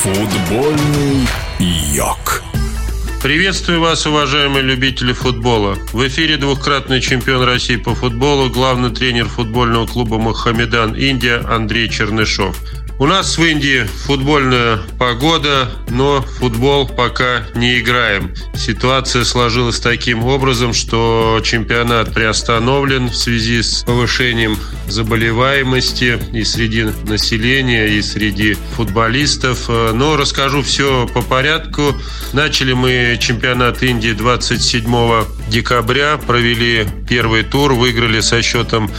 Футбольный йог. Приветствую вас, уважаемые любители футбола. В эфире двукратный чемпион России по футболу, главный тренер футбольного клуба «Мохаммедан Индия» Андрей Чернышов. У нас в Индии футбольная погода, но в футбол пока не играем. Ситуация сложилась таким образом, что чемпионат приостановлен в связи с повышением заболеваемости и среди населения, и среди футболистов. Но расскажу все по порядку. Начали мы чемпионат Индии 27 декабря, провели первый тур, выиграли со счетом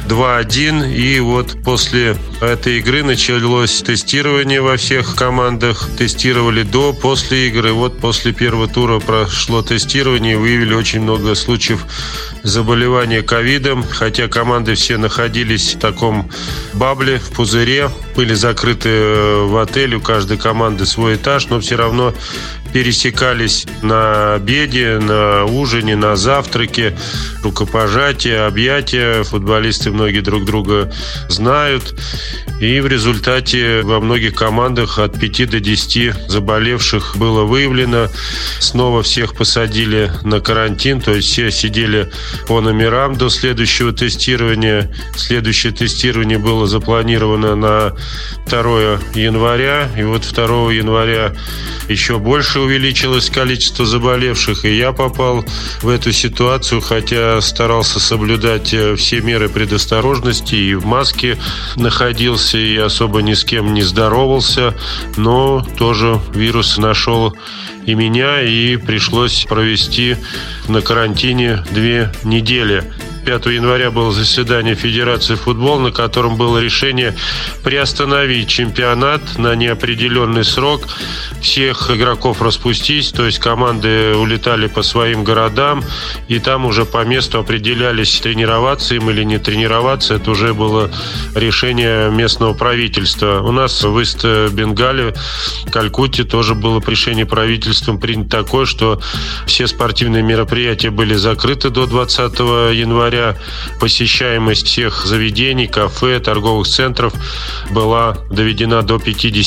2-1. И вот после этой игры началось тестирование во всех командах. Тестировали до, после игры. Вот после первого тура прошло тестирование и выявили очень много случаев заболевания ковидом. Хотя команды все находились в таком бабле, в пузыре. Были закрыты в отеле, у каждой команды свой этаж, но все равно пересекались на обеде, на ужине, на завтраке, рукопожатия, объятия. Футболисты многие друг друга знают. И в результате во многих командах от 5 до 10 заболевших было выявлено. Снова всех посадили на карантин, то есть все сидели по номерам до следующего тестирования. Следующее тестирование было запланировано на 2 января. И вот 2 января еще больше увеличилось количество заболевших, и я попал в эту ситуацию, хотя старался соблюдать все меры предосторожности и в маске находился, и особо ни с кем не здоровался, но тоже вирус нашел и меня, и пришлось провести на карантине 2 недели. 5 января было заседание Федерации футбола, на котором было решение приостановить чемпионат на неопределенный срок, всех игроков распустить, то есть команды улетали по своим городам, и там уже по месту определялись, тренироваться им или не тренироваться. Это уже было решение местного правительства. У нас в Ист-Бенгале, Калькутте тоже было решение правительством принято такое, что все спортивные мероприятия были закрыты до 20 января. Посещаемость всех заведений, кафе, торговых центров была доведена до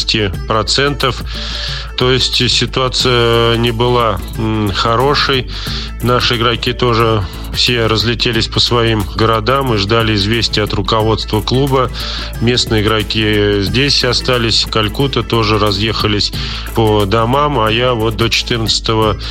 50%. То есть ситуация не была хорошей. Наши игроки тоже все разлетелись по своим городам и ждали известия от руководства клуба. Местные игроки здесь остались, Калькутта тоже разъехались по домам, а я вот до 14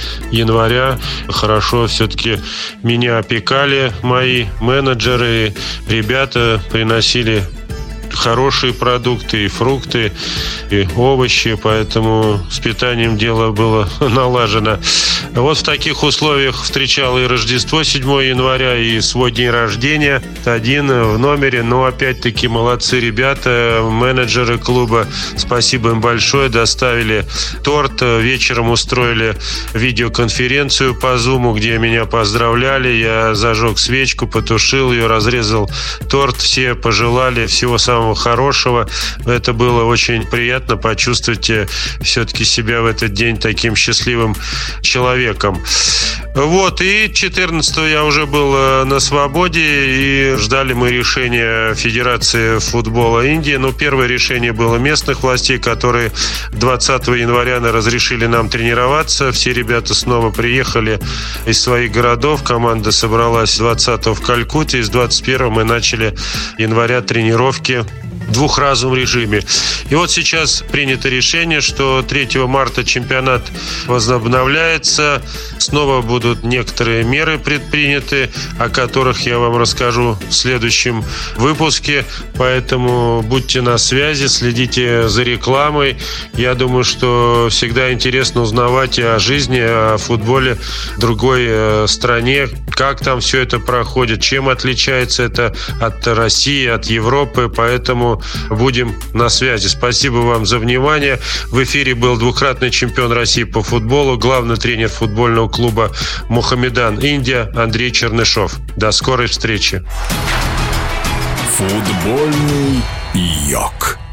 января хорошо все-таки меня опекали мои менеджеры, ребята приносили хорошие продукты, и фрукты, и овощи, поэтому с питанием дело было налажено. Вот в таких условиях встречал и Рождество 7 января, и свой день рождения. Один в номере, но опять-таки молодцы ребята, менеджеры клуба. Спасибо им большое. Доставили торт, вечером устроили видеоконференцию по Zoom, где меня поздравляли. Я зажег свечку, потушил ее, разрезал торт. Все пожелали всего самого хорошего. Это было очень приятно почувствовать все-таки себя в этот день таким счастливым человеком. Вот, и 14-го я уже был на свободе, и ждали мы решения Федерации футбола Индии. Но первое решение было местных властей, которые 20 января разрешили нам тренироваться. Все ребята снова приехали из своих городов. Команда собралась 20-го в Калькутте, и с 21-го мы начали января тренировки в двухразовом режиме. И вот сейчас принято решение, что 3 марта чемпионат возобновляется. Снова будут некоторые меры предприняты, о которых я вам расскажу в следующем выпуске. Поэтому будьте на связи, следите за рекламой. Я думаю, что всегда интересно узнавать о жизни, о футболе в другой стране, как там все это проходит, чем отличается это от России, от Европы. Поэтому будем на связи. Спасибо вам за внимание. В эфире был двукратный чемпион России по футболу, главный тренер футбольного клуба «Мохаммедан Индия» Андрей Чернышов. До скорой встречи. Футбольный йог.